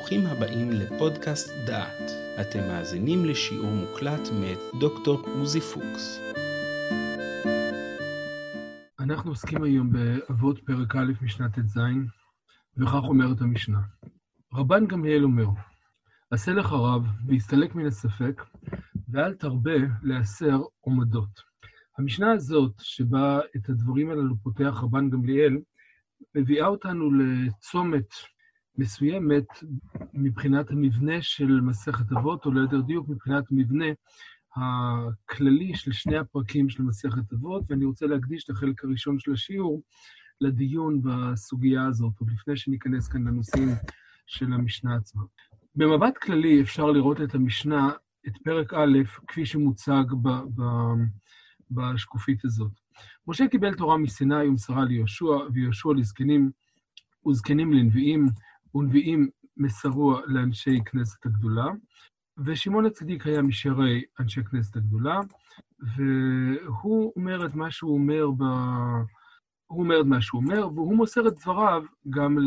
ברוכים הבאים לפודקאסט דעת. אתם מאזינים לשיעור מוקלט מאת דוקטור עוזי פוקס. אנחנו עוסקים היום באבות פרק א' משנה ט"ז, וכך אומרת המשנה. רבן גמליאל אומר, עשה לך רב והסתלק מן הספק, ואל תרבה לעשר עומדות. המשנה הזאת, שבה את הדברים הללו פותח רבן גמליאל, מביאה אותנו לצומת מסוימת מבחינת המבנה של מסכת אבות, או ליתר דיוק מבחינת המבנה הכללי של שני הפרקים של מסכת אבות, ואני רוצה להקדיש את החלק הראשון של השיעור לדיון בסוגיה הזאת, ולפני שניכנס כאן לנושאים של המשנה עצמה. במבט כללי אפשר לראות את המשנה, את פרק א', כפי שמוצג בשקופית הזאת. משה קיבל תורה מסיני ומסרה ליהושע, ויהושע לזקנים וזקנים לנביאים, ונביאים מסרו לאנשי כנסת הגדולה, ושמעון הצדיק היה משרי אנשי כנסת הגדולה, והוא אומר את מה שהוא אומר, והוא מוסר את דבריו גם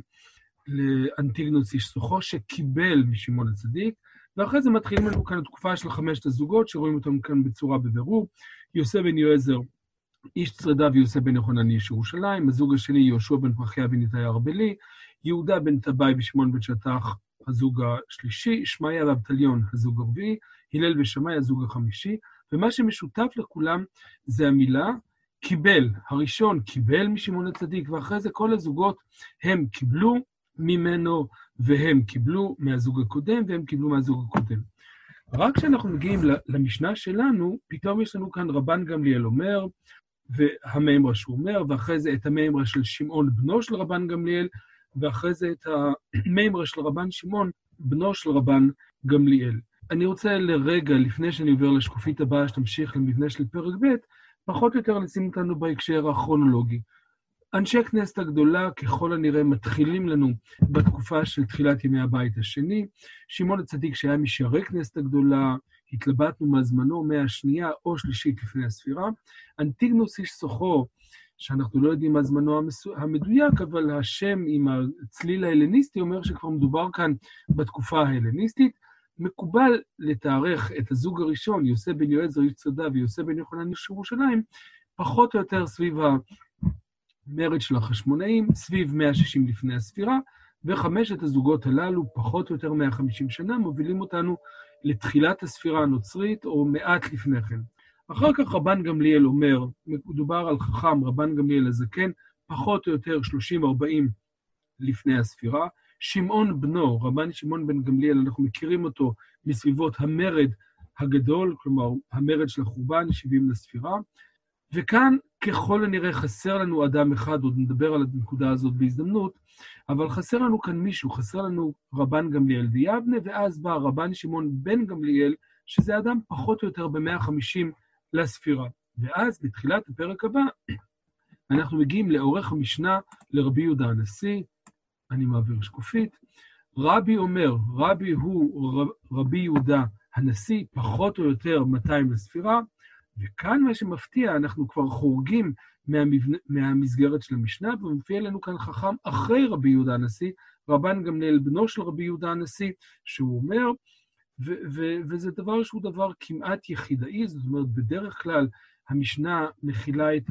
לאנטיגנוס איש סוכו, שקיבל משמעון הצדיק, ואחרי זה מתחילים לנו כאן תקופה של 5 הזוגות, שרואים אותם כאן בצורה בבירור, יוסף בן יועזר, איש צרדה ויוסף בן יוחנן איש ירושלים, הזוג השני יהושע בן פרחיה וניתאי ארבלי, יהודה בן טבעי ושמעון בן שטח, הזוג השלישי, שמעיה ואבטליון, הזוג הרביעי, הלל ושמאי, הזוג החמישי, ומה שמשותף לכולם זה המילה קיבל. הראשון קיבל משמעון הצדיק, ואחרי זה כל הזוגות הם קיבלו ממנו, והם קיבלו מהזוג הקודם, והם קיבלו מהזוג הקודם. רק כשאנחנו מגיעים למשנה שלנו, פתאום יש לנו כאן רבן גמליאל אומר, והמאמרה שהוא אומר, ואחרי זה את המאמרה של שמעון בנו של רבן גמליאל, ואחרי זה את המאמרה של רבן שמעון בנו של רבן גמליאל. אני רוצה לרגע, לפני שאני עובר לשקופית הבאה, שתמשיך למבנה של פרק ב', פחות או יותר לשים אותנו בהקשר הכרונולוגי. אנשי כנסת הגדולה ככל הנראה מתחילים לנו בתקופה של תחילת ימי הבית השני. שמעון הצדיק שהיה משרי כנסת הגדולה, התלבטנו מהזמנו, מהשנייה או שלישית לפני הספירה. אנטיגנוס איש סוכו, שאנחנו לא יודעים מהזמנו המדויק, אבל השם עם הצליל ההלניסטי אומר שכבר מדובר כאן בתקופה ההלניסטית. מקובל לתארך את הזוג הראשון, יוסף בן יועזר איש צרדה ויוסף בן יוחנן איש ירושלים, פחות או יותר סביב המרד של החשמונאים, סביב 160 לפני הספירה, וחמשת הזוגות הללו, פחות או יותר 150 שנה, מובילים אותנו לתחילת הספירה הנוצרית, או מעט לפני כן. אחר כך רבן גמליאל אומר, מדובר על חכם רבן גמליאל הזקן, פחות או יותר 30-40 לפני הספירה. שמעון בנו, רבן שמעון בן גמליאל, אנחנו מכירים אותו מסביבות המרד הגדול, כלומר המרד של החורבן, 70 לספירה. וכאן ככל הנראה חסר לנו אדם אחד, עוד נדבר על הנקודה הזאת בהזדמנות, אבל חסר לנו כאן מישהו, חסר לנו רבן גמליאל דיאבנה, ואז בא רבן שמעון בן גמליאל, שזה אדם פחות או יותר ב-150 לספירה. ואז בתחילת הפרק הבא, אנחנו מגיעים לאורך המשנה לרבי יהודה הנשיא, אני מעביר שקופית, רבי אומר, רבי הוא רבי יהודה הנשיא, פחות או יותר 200 לספירה, וכאן מה שמפתיע, אנחנו כבר חורגים מהמסגרת של המשנה, ומופיע לנו כאן חכם אחרי רבי יהודה הנשיא, רבן גמליאל בנו של רבי יהודה הנשיא, שהוא אומר, וזה דבר שהוא דבר כמעט יחידאי, זאת אומרת, בדרך כלל המשנה מכילה את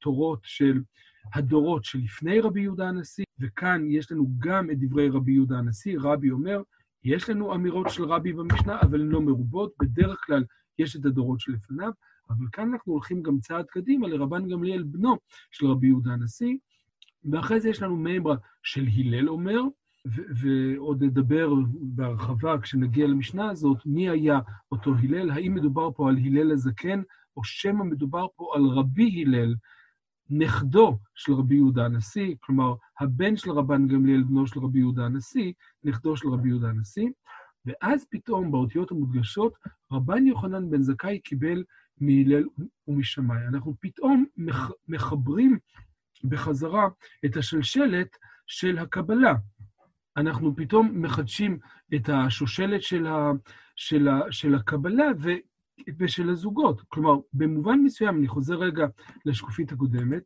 הדורות שלפני רבי יהודה הנשיא, וכאן יש לנו גם את דברי רבי יהודה הנשיא. רבי אומר, יש לנו אמירות של רבי במשנה, אבל הן לא מרובות, בדרך כלל יש את הדורות שלפניו, אבל כאן אנחנו הולכים גם צעד קדימה לרבן גמליאל בנו של רבי יהודה הנשיא, ואחרי זה יש לנו מאמרה של הלל אומר, ועוד נדבר בהרחבה כשנגיע למשנה הזאת, מי היה אותו הלל, האם מדובר פה על הלל הזקן, או שמא מדובר פה על רבי הלל, נכדו של רבי יהודה הנשיא, כלומר הבן של רבן גמליאל בנו של רבי יהודה הנשיא, נכדו של רבי יהודה הנשיא, ואז פתאום באותיות המודגשות, רבן יוחנן בן זכאי קיבל מהלל ומשמאי. אנחנו פתאום מחברים בחזרה את השלשלת של הקבלה. אנחנו פתאום מחדשים את השושלת של הקבלה ושל הזוגות. כלומר, במובן מסוים, אני חוזר רגע לשקופית הקודמת,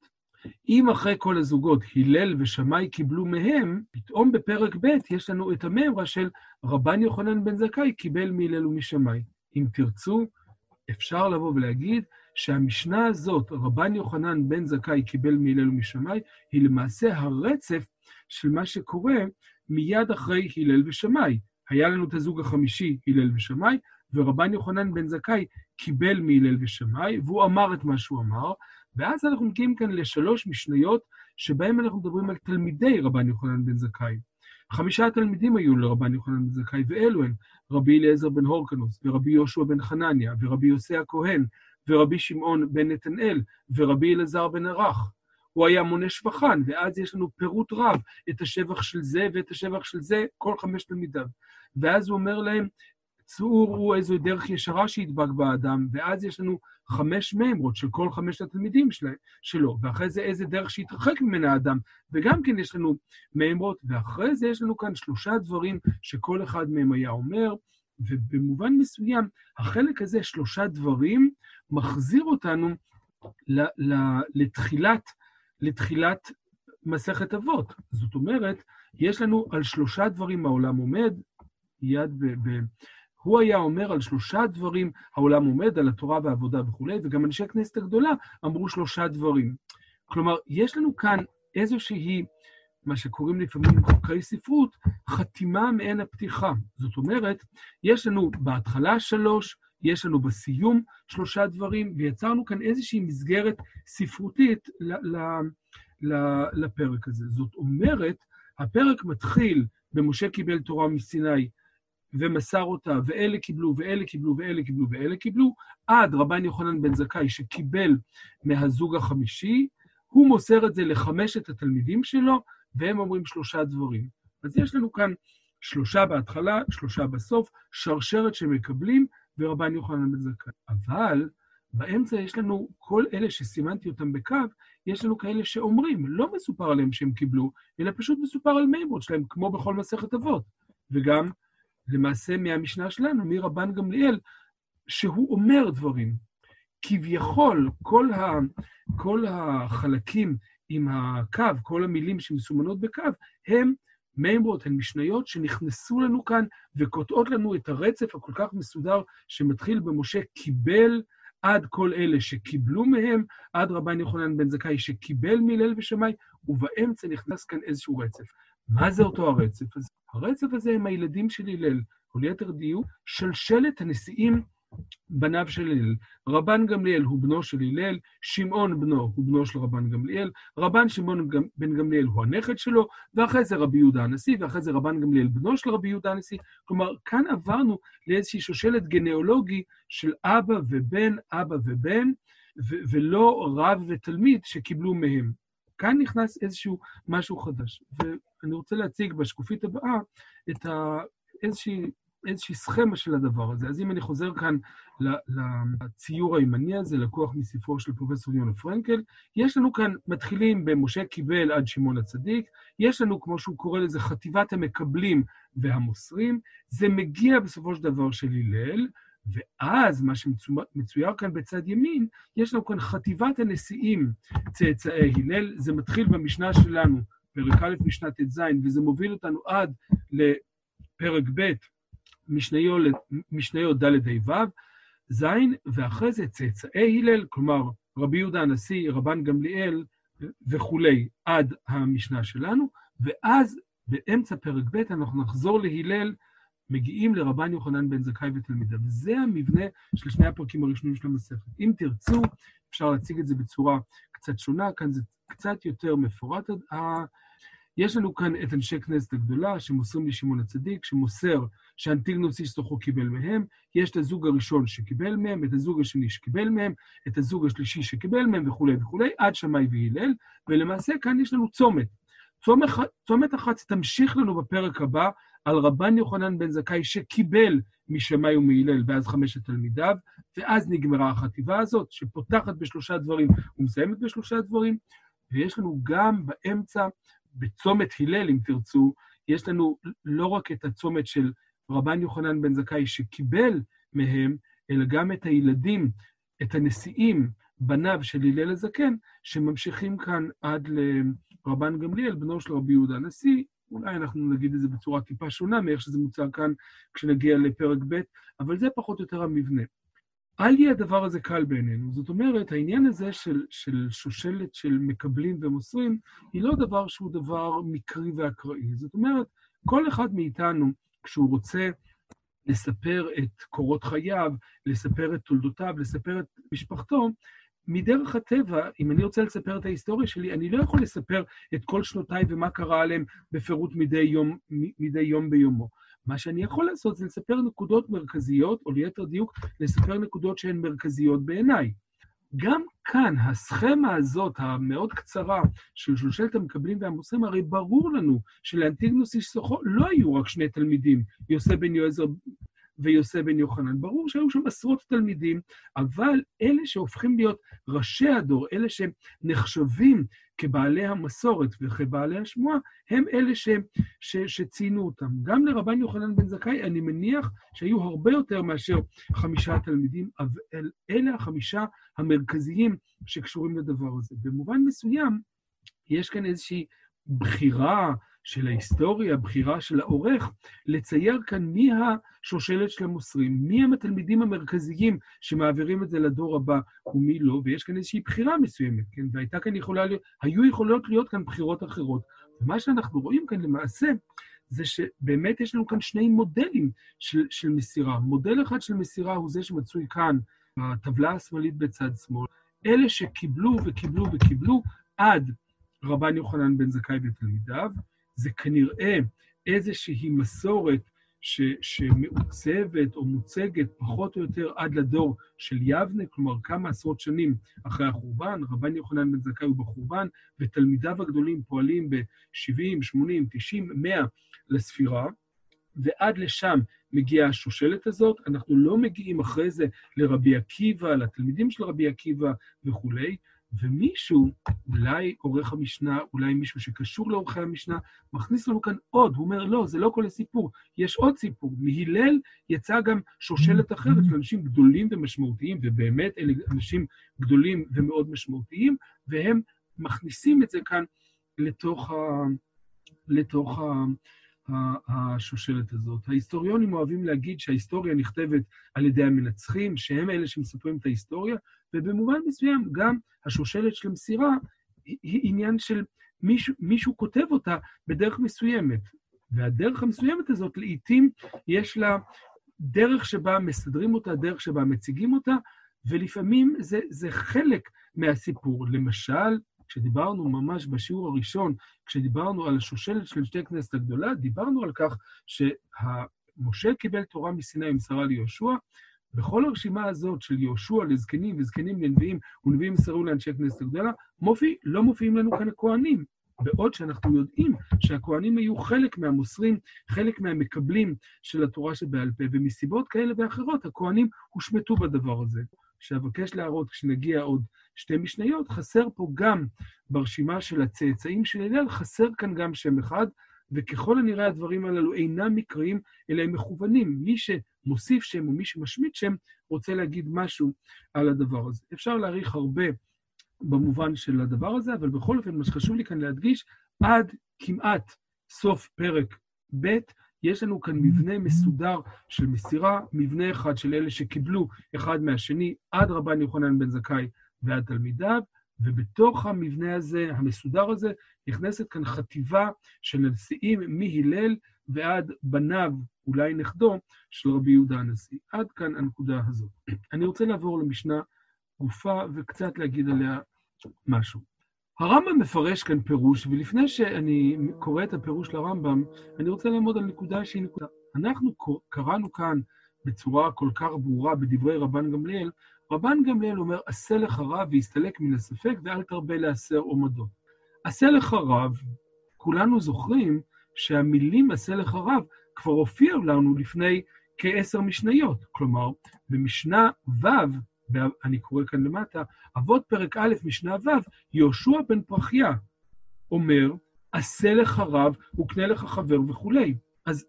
אם אחרי כל הזוגות הלל ושמאי קיבלו מהם, פתאום בפרק ב' יש לנו את המאמרה של רבן יוחנן בן זכאי קיבל מהלל ומשמאי. אם תרצו, אפשר לבוא ולהגיד שהמשנה הזאת, רבן יוחנן בן זכאי קיבל מהלל ומשמאי, היא למעשה הרצף של מה שקורה מיד אחרי הלל ושמאי. היה לנו את הזוג החמישי, הלל ושמאי, ורבן יוחנן בן זכאי קיבל מהלל ושמאי, והוא אמר את מה שהוא אמר, ואז אנחנו מגיעים כאן לשלוש משניות, שבהם אנחנו מדברים על תלמידי רבן יוחנן בן זכאי. 5 תלמידים היו לרבן יוחנן בן זכאי, ואלו הם רבי אליעזר בן הורקנוס, ורבי יהושע בן חנניה, ורבי יוסי הכהן, ורבי שמעון בן נתנאל, ורבי אלעזר בן ערך. הוא היה מונה שבחן, ואז יש לנו פירוט רב, את השבח של זה ואת השבח של זה, כל 5 תלמידיו. ואז הוא אומר להם, צאור הוא איזו דרך ישרה שידבק באדם, ואז יש לנו 5 מאמרות של כל 5 התלמידים שלו, ואחרי זה איזה דרך שיתרחק ממנה האדם, וגם כן יש לנו מאמרות, ואחרי זה יש לנו כאן 3 דברים שכל אחד מהם היה אומר, ובמובן מסוים, החלק הזה, 3 דברים, מחזיר אותנו לתחילת מסכת אבות. זאת אומרת, יש לנו על 3 דברים העולם עומד, הוא היה אומר על 3 דברים העולם עומד, על התורה והעבודה וכו', וגם אנשי הכנסת הגדולה אמרו 3 דברים. כלומר, יש לנו כאן איזושהי, מה שקוראים לפעמים חוקרי ספרות, חתימה מעין הפתיחה. זאת אומרת, יש לנו בהתחלה 3, יש לנו בסיום 3 דברים, ויצרנו כאן איזושהי מסגרת ספרותית לפרק הזה. זאת אומרת, הפרק מתחיל במשה קיבל תורה מסיני, ומסר אותה, ואלה קיבלו, ואלה קיבלו, ואלה קיבלו, ואלה קיבלו, עד רבן יוחנן בן זכאי שקיבל מהזוג החמישי, הוא מוסר את זה ל5 התלמידים שלו, והם אומרים 3 דברים. אז יש לנו כאן 3 בהתחלה, 3 בסוף, שרשרת שמקבלים, ורבן יוחנן בן זכאי. אבל באמצע יש לנו, כל אלה שסימנתי אותם בקו, יש לנו כאלה שאומרים, לא מסופר עליהם שהם קיבלו, אלא פשוט מסופר על מאמרות שלהם, כמו בכל מסכת אבות. וגם, למעשה מהמשנה שלנו, מרבן גמליאל, שהוא אומר דברים. כביכול, כל החלקים עם הקו, כל המילים שמסומנות בקו, הם מאמרות, הן משניות שנכנסו לנו כאן וקוטעות לנו את הרצף הכל כך מסודר שמתחיל במשה קיבל עד כל אלה שקיבלו מהם, עד רבן יוחנן בן זכאי שקיבל מהלל ושמאי, ובאמצע נכנס כאן איזשהו רצף. מה זה אותו הרצף הזה? הרצף הזה הם הילדים של הלל, או ליתר דיוק, שלשלת הנשיאים בניו של הלל. רבן גמליאל הוא בנו של הלל, שמעון בנו הוא בנו של רבן גמליאל, רבן שמעון בן גמליאל הוא הנכד שלו, ואחרי זה רבי יהודה הנשיא, ואחרי זה רבן גמליאל בנו של רבי יהודה הנשיא. כלומר, כאן עברנו לאיזושהי שושלת גנאולוגי של אבא ובן, ולא רב ותלמיד שקיבלו מהם. כאן נכנס איזשהו משהו חדש. ואני רוצה להציג בשקופית הבאה את איזושהי סכמה של הדבר הזה. אז אם אני חוזר כאן לציור הימני הזה, לקוח מספרו של פרופסור יונה פרנקל, יש לנו כאן, מתחילים במשה קיבל עד שמעון הצדיק, יש לנו, כמו שהוא קורא לזה, חטיבת המקבלים והמוסרים, זה מגיע בסופו של דבר של הלל, ואז מה שמצויר כאן בצד ימין, יש לנו כאן חטיבת הנשיאים צאצאי הלל, זה מתחיל במשנה שלנו, פרק א' משנה ט"ז, וזה מוביל אותנו עד לפרק ב', משניות ד' ה' ו', ז', ואחרי זה צאצאי הלל, כלומר רבי יהודה הנשיא, רבן גמליאל וכולי, עד המשנה שלנו, ואז באמצע פרק ב' אנחנו נחזור להלל, מגיעים לרבן יוחנן בן זכאי ותלמידיו. זה המבנה של 2 הפרקים הראשונים של המסכת. אם תרצו, אפשר להציג את זה בצורה קצת שונה, כאן זה קצת יותר מפורט. יש לנו כאן את אנשי כנסת הגדולה, שמוסרים לשמעון הצדיק, שמוסר שאנטיגנוס איש סוחו קיבל מהם, יש את הזוג הראשון שקיבל מהם, את הזוג השני שקיבל מהם, את הזוג השלישי שקיבל מהם וכו' וכו', עד שמאי והלל, ולמעשה כאן יש לנו צומת. צומת אחת תמשיך לנו בפרק הבא, על רבן יוחנן בן זכאי שקיבל משמאי ומהלל ואז 5 תלמידיו, ואז נגמרה החטיבה הזאת, שפותחת ב3 דברים ומסיימת ב3 דברים, ויש לנו גם באמצע, בצומת הלל, אם תרצו, יש לנו לא רק את הצומת של רבן יוחנן בן זכאי שקיבל מהם, אלא גם את הילדים, את הנשיאים בניו של הלל הזקן, שממשיכים כאן עד לרבן גמליאל, בנו של רבי יהודה הנשיא. אולי אנחנו נגיד את זה בצורה טיפה שונה מאיך שזה מוצג כאן כשנגיע לפרק ב', אבל זה פחות או יותר המבנה. אל יהיה הדבר הזה קל בעינינו. זאת אומרת, העניין הזה של שושלת של מקבלים ומוסרים, היא לא דבר שהוא דבר מקרי ואקראי. זאת אומרת, כל אחד מאיתנו, כשהוא רוצה לספר את קורות חייו, לספר את תולדותיו, לספר את משפחתו, מדרך הטבע, אם אני רוצה לספר את ההיסטוריה שלי, אני לא יכול לספר את כל שנותיי ומה קרה עליהם בפירוט מדי יום ביומו. מה שאני יכול לעשות זה לספר נקודות מרכזיות, או ליתר דיוק, לספר נקודות שהן מרכזיות בעיניי. גם כאן, הסכמה הזאת, המאוד קצרה, של שלושת המקבלים והמוסרים, הרי ברור לנו שלאנטיגנוס איש סוחו לא היו רק שני תלמידים, יוסף בן יועזר ויוסף בן יוחנן. ברור שהיו שם עשרות תלמידים, אבל אלה שהופכים להיות ראשי הדור, אלה שנחשבים כבעלי המסורת וכבעלי השמועה, הם אלה שציינו אותם. גם לרבן יוחנן בן זכאי, אני מניח שהיו הרבה יותר מאשר 5 תלמידים, אבל אלה 5 המרכזיים שקשורים לדבר הזה. במובן מסוים, יש כאן איזושהי בחירה של ההיסטוריה, בחירה של העורך, לצייר כאן מי השושלת של המוסרים, מי הם התלמידים המרכזיים שמעבירים את זה לדור הבא ומי לא, ויש כאן איזושהי בחירה מסוימת, כן? והייתה כאן היו יכולות להיות כאן בחירות אחרות. ומה שאנחנו רואים כאן למעשה, זה שבאמת יש לנו כאן 2 מודלים של מסירה. מודל אחד של מסירה הוא זה שמצוי כאן, בטבלה השמאלית בצד שמאל, אלה שקיבלו וקיבלו וקיבלו עד רבן יוחנן בן זכאי ותלמידיו, זה כנראה איזושהי מסורת שמעוצבת או מוצגת פחות או יותר עד לדור של יבנה, כלומר כמה עשרות שנים אחרי החורבן, רבן יוחנן בן זכאי הוא בחורבן, ותלמידיו הגדולים פועלים ב-70, 80, 90, 100 לספירה, ועד לשם מגיעה השושלת הזאת. אנחנו לא מגיעים אחרי זה לרבי עקיבא, לתלמידים של רבי עקיבא וכולי, ומישהו, אולי עורך המשנה, אולי מישהו שקשור לעורכי המשנה, מכניס לנו כאן עוד, הוא אומר, לא, זה לא כל הסיפור, יש עוד סיפור. מהלל יצא גם שושלת אחרת של אנשים גדולים ומשמעותיים, ובאמת אלה אנשים גדולים ומאוד משמעותיים, והם מכניסים את זה כאן לתוך השושלת הזאת. ההיסטוריונים אוהבים להגיד שההיסטוריה נכתבת על ידי המנצחים, שהם אלה שמספרים את ההיסטוריה, ובמובן מסוים גם השושלת של המסירה היא עניין של מישהו כותב אותה בדרך מסוימת. והדרך המסוימת הזאת לעתים יש לה דרך שבה מסדרים אותה, דרך שבה מציגים אותה, ולפעמים זה חלק מהסיפור. למשל, כשדיברנו ממש בשיעור הראשון, כשדיברנו על השושלת של שתי כנסת הגדולה, דיברנו על כך שמשה קיבל תורה מסיני ומסרה ליהושע, בכל הרשימה הזאת של יהושע לזקנים וזקנים לנביאים ונביאים מסרו לאנשי כנסת הגדולה, לא מופיעים לנו כאן הכהנים, בעוד שאנחנו יודעים שהכהנים היו חלק מהמוסרים, חלק מהמקבלים של התורה שבעל פה, ומסיבות כאלה ואחרות הכהנים הושמטו בדבר הזה. שאבקש להראות כשנגיע עוד 2 משניות, חסר פה גם ברשימה של הצאצאים של הלל, חסר כאן גם שם אחד, וככל הנראה הדברים הללו אינם מקריים, אלא הם מכוונים. מי שמוסיף שם או מי שמשמיט שם, רוצה להגיד משהו על הדבר הזה. אפשר להעריך הרבה במובן של הדבר הזה, אבל בכל אופן, מה שחשוב לי כאן להדגיש, עד כמעט סוף פרק ב', יש לנו כאן מבנה מסודר של מסירה, מבנה אחד של אלה שקיבלו אחד מהשני, עד רבן יוחנן בן זכאי ועד תלמידיו, ובתוך המבנה הזה, המסודר הזה, נכנסת כאן חטיבה של נשיאים מהלל ועד בניו, אולי נכדו, של רבי יהודה הנשיא. עד כאן הנקודה הזאת. אני רוצה לעבור למשנה גופה וקצת להגיד עליה משהו. הרמב"ם מפרש כאן פירוש, ולפני שאני קורא את הפירוש לרמב"ם, אני רוצה לעמוד על נקודה שהיא נקודה. אנחנו קראנו כאן בצורה כל כך ברורה בדברי רבן גמליאל, רבן גמליאל אומר, עשה לך רב והסתלק מן הספק ואל תרבה להסר עומדות. עשה לך רב, כולנו זוכרים שהמילים עשה לך רב כבר הופיעו לנו לפני כ10 משניות. כלומר, במשנה ו', אני קורא כאן למטה, אבות פרק א' משנה ו', יהושע בן פרחיה אומר, עשה לך רב וקנה לך חבר וכולי. אז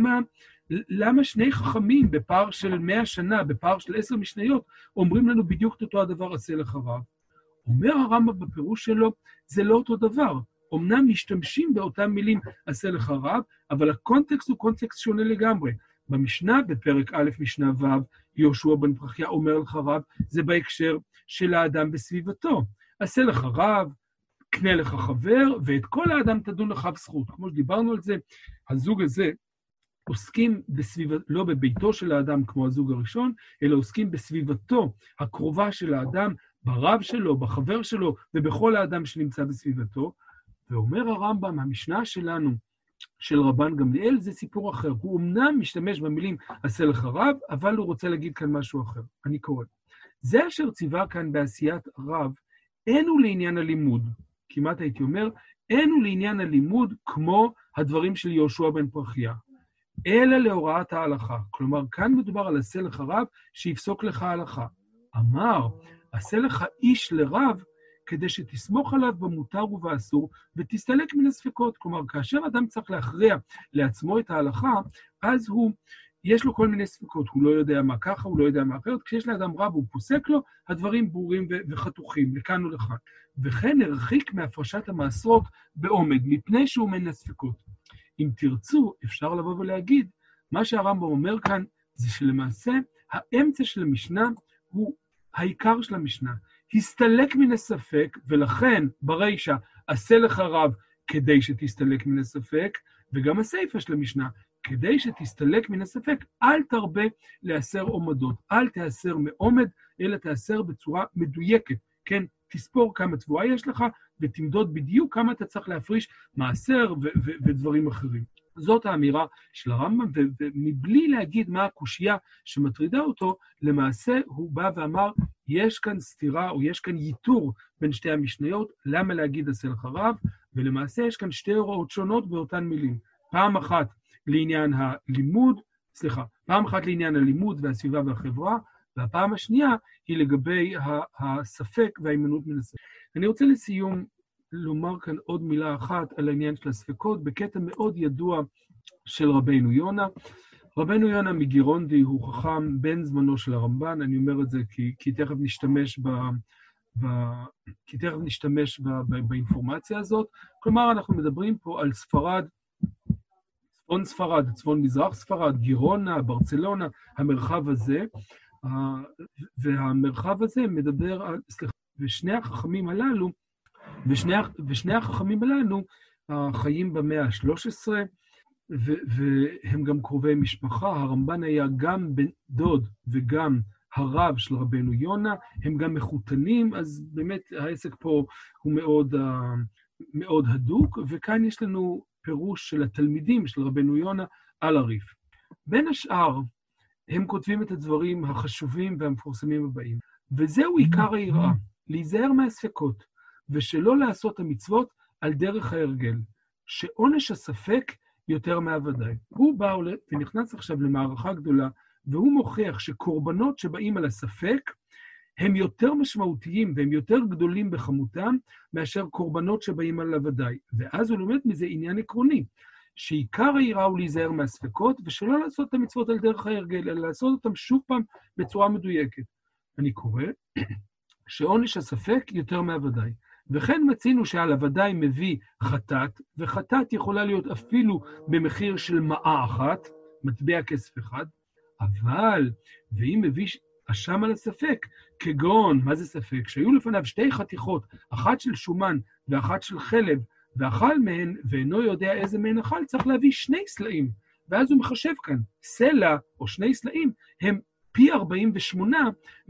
למה שני חכמים בפער של 100 שנה, בפער של 10 משניות, אומרים לנו בדיוק את אותו הדבר, עשה לך רב? אומר הרמב"ם בפירוש שלו, זה לא אותו דבר. אמנם משתמשים באותם מילים, עשה לך רב, אבל הקונטקסט הוא קונטקסט שונה לגמרי. במשנה, בפרק א', משנה ו', יהושע בן פרחיה אומר לך רב, זה בהקשר של האדם בסביבתו. עשה לך רב, קנה לך חבר, ואת כל האדם תדון לך בזכות. כמו שדיברנו על זה, הזוג הזה עוסקים לא בביתו של האדם כמו הזוג הראשון, אלא עוסקים בסביבתו הקרובה של האדם, ברב שלו, בחבר שלו, ובכל האדם שנמצא בסביבתו. ואומר הרמב"ם, המשנה שלנו, של רבן גמליאל, זה סיפור אחר. הוא אמנם משתמש במילים עשה לך רב, אבל הוא רוצה להגיד כאן משהו אחר. אני קורא. זה אשר ציווה כאן בעשיית רב, אין הוא לעניין הלימוד. כמעט הייתי אומר, אין הוא לעניין הלימוד כמו הדברים של יהושע בן פרחיה, אלא להוראת ההלכה. כלומר, כאן מדובר על עשה לך רב שיפסוק לך הלכה. אמר, עשה לך איש לרב, כדי שתסמוך עליו במותר ובאסור, ותסתלק מן הספקות. כלומר, כאשר אדם צריך להכריע לעצמו את ההלכה, אז יש לו כל מיני ספקות. הוא לא יודע מה ככה, הוא לא יודע מה אחרת. כשיש לאדם רב, הוא פוסק לו, הדברים ברורים וחתוכים, לכאן ולכאן. וכן הרחיק מהפרשת המעשרות בעומד, מפני שהוא מן הספקות. אם תרצו, אפשר לבוא ולהגיד, מה שהרמב"ם אומר כאן, זה שלמעשה, האמצע של המשנה הוא העיקר של המשנה. הסתלק מן הספק, ולכן ברישא עשה לך רב כדי שתסתלק מן הספק, וגם הסיפא של המשנה, כדי שתסתלק מן הספק, אל תרבה להסר עומדות, אל תאסר מעומד, אלא תאסר בצורה מדויקת, כן? תספור כמה תבואה יש לך, ותמדוד בדיוק כמה אתה צריך להפריש מעשר ודברים אחרים. זאת האמירה של הרמב"ם, ומבלי להגיד מה הקושיה שמטרידה אותו, למעשה הוא בא ואמר, יש כאן סתירה או יש כאן ייתור בין שתי המשניות, למה להגיד עשה לך רב, ולמעשה יש כאן שתי הוראות שונות באותן מילים. פעם אחת לעניין הלימוד והסביבה והחברה, והפעם השנייה היא לגבי הספק וההימנעות מן הספק. אני רוצה לסיום לומר כאן עוד מילה אחת על העניין של הספקות, בקטע מאוד ידוע של רבנו יונה. רבנו יונה מגירונדי הוא חכם בן זמנו של הרמב"ן, אני אומר את זה כי תכף נשתמש באינפורמציה הזאת. כלומר, אנחנו מדברים פה על ספרד, צפון ספרד, צפון מזרח ספרד, גירונה, ברצלונה, המרחב הזה, והמרחב הזה מדבר על, ושני החכמים הללו חיים במאה ה-13, והם גם קרובי משפחה. הרמב"ן היה גם בן דוד וגם הרב של רבנו יונה, הם גם מחותנים, אז באמת העסק פה הוא מאוד הדוק, וכאן יש לנו פירוש של התלמידים של רבנו יונה על הריף. בין השאר, הם כותבים את הדברים החשובים והמפורסמים הבאים, וזהו עיקר היראה, להיזהר מהספקות, ושלא לעשות המצוות על דרך ההרגל, שעונש הספק יותר מהוודאי. הוא בא ונכנס עכשיו למערכה גדולה, והוא מוכיח שקורבנות שבאים על הספק, הם יותר משמעותיים והם יותר גדולים בכמותם, מאשר קורבנות שבאים על הוודאי. ואז הוא לומד מזה עניין עקרוני, שעיקר היראה הוא להיזהר מהספקות, ושלא לעשות את המצוות על דרך ההרגל, אלא לעשות אותם שוב פעם בצורה מדויקת. אני קורא שעונש הספק יותר מהוודאי. וכן מצינו שעל הוודאי מביא חטאת, וחטאת יכולה להיות אפילו במחיר של מעה אחת, מטבע כסף אחד, אבל, ואם מביא אשם על הספק, כגון, מה זה ספק? שהיו לפניו שתי חתיכות, אחת של שומן ואחת של חלב, ואכל מהן, ואינו יודע איזה מהן אכל, צריך להביא 2 סלעים. ואז הוא מחשב כאן, סלע או 2 סלעים, הם פי 48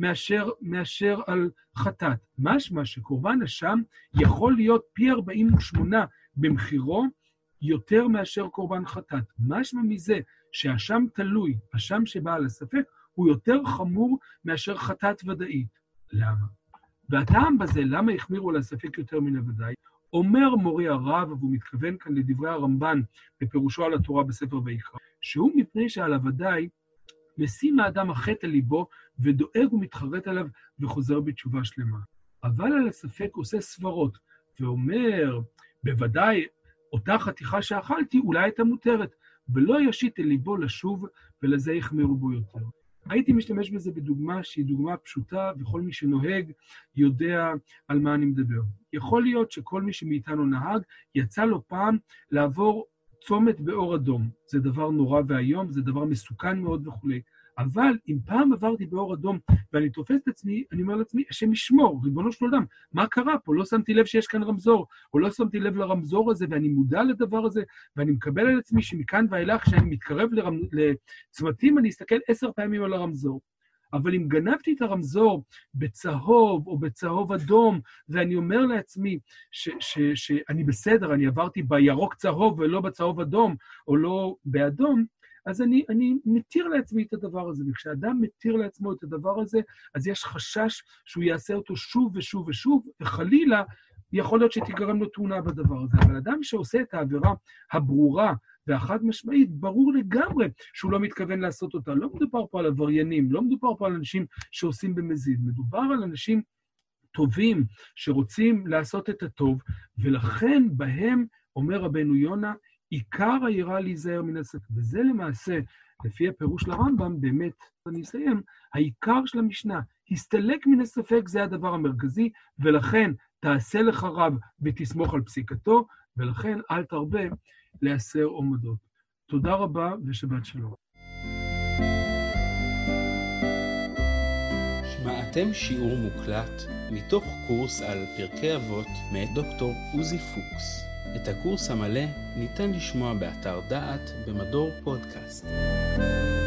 מאשר על חטאת. משמע שקורבן אשם יכול להיות פי 48 במחירו, יותר מאשר קורבן חטאת. משמע מזה שהאשם תלוי, אשם שבא על הספק, הוא יותר חמור מאשר חטאת ודאית. למה? והטעם בזה, למה החמירו על הספק יותר מן הוודאי? אומר מורי הרב, והוא מתכוון כאן לדברי הרמב"ן בפירושו על התורה בספר ויקרא, שהוא מפני שעל הוודאי משים האדם החטא על ליבו ודואג ומתחרט עליו וחוזר בתשובה שלמה. אבל על הספק עושה סברות ואומר, בוודאי אותה חתיכה שאכלתי אולי הייתה מותרת, ולא ישית אל ליבו לשוב, ולזה יחמירו בו יותר. הייתי משתמש בזה בדוגמה שהיא דוגמה פשוטה, וכל מי שנוהג יודע על מה אני מדבר. יכול להיות שכל מי שמאיתנו נהג, יצא לו פעם לעבור צומת באור אדום. זה דבר נורא והיום, זה דבר מסוכן מאוד וכו'. אבל אם פעם עברתי באור אדום ואני תופס את עצמי, אני אומר לעצמי, השם ישמור, ריבונו של עולם, מה קרה פה? לא שמתי לב שיש כאן רמזור, או לא שמתי לב לרמזור הזה, ואני מודע לדבר הזה, ואני מקבל על עצמי שמכאן ואילך, כשאני מתקרב לצמתים, אני אסתכל 10 פעמים על הרמזור. אבל אם גנבתי את הרמזור בצהוב או בצהוב אדום, ואני אומר לעצמי שאני בסדר, אני עברתי בירוק צהוב ולא בצהוב אדום, או לא באדום, אז אני מתיר לעצמי את הדבר הזה, וכשאדם מתיר לעצמו את הדבר הזה, אז יש חשש שהוא יעשה אותו שוב ושוב ושוב, וחלילה יכול להיות שתגרם לו תאונה בדבר הזה. אבל אדם שעושה את העבירה הברורה והחד משמעית, ברור לגמרי שהוא לא מתכוון לעשות אותה. לא מדובר פה על עבריינים, לא מדובר פה על אנשים שעושים במזיד, מדובר על אנשים טובים שרוצים לעשות את הטוב, ולכן בהם, אומר רבנו יונה, עיקר היראה להיזהר מן הספק. וזה למעשה, לפי הפירוש לרמב"ם, באמת, אני אסיים, העיקר של המשנה, הסתלק מן הספק, זה הדבר המרכזי, ולכן תעשה לך רב ותסמוך על פסיקתו, ולכן אל תרבה להסר עומדות. תודה רבה ושבת שלום. שמעתם שיעור מוקלט מתוך קורס על פרקי אבות מאת דוקטור עוזי פוקס. את הקורס המלא ניתן לשמוע באתר דעת במדור פודקאסט.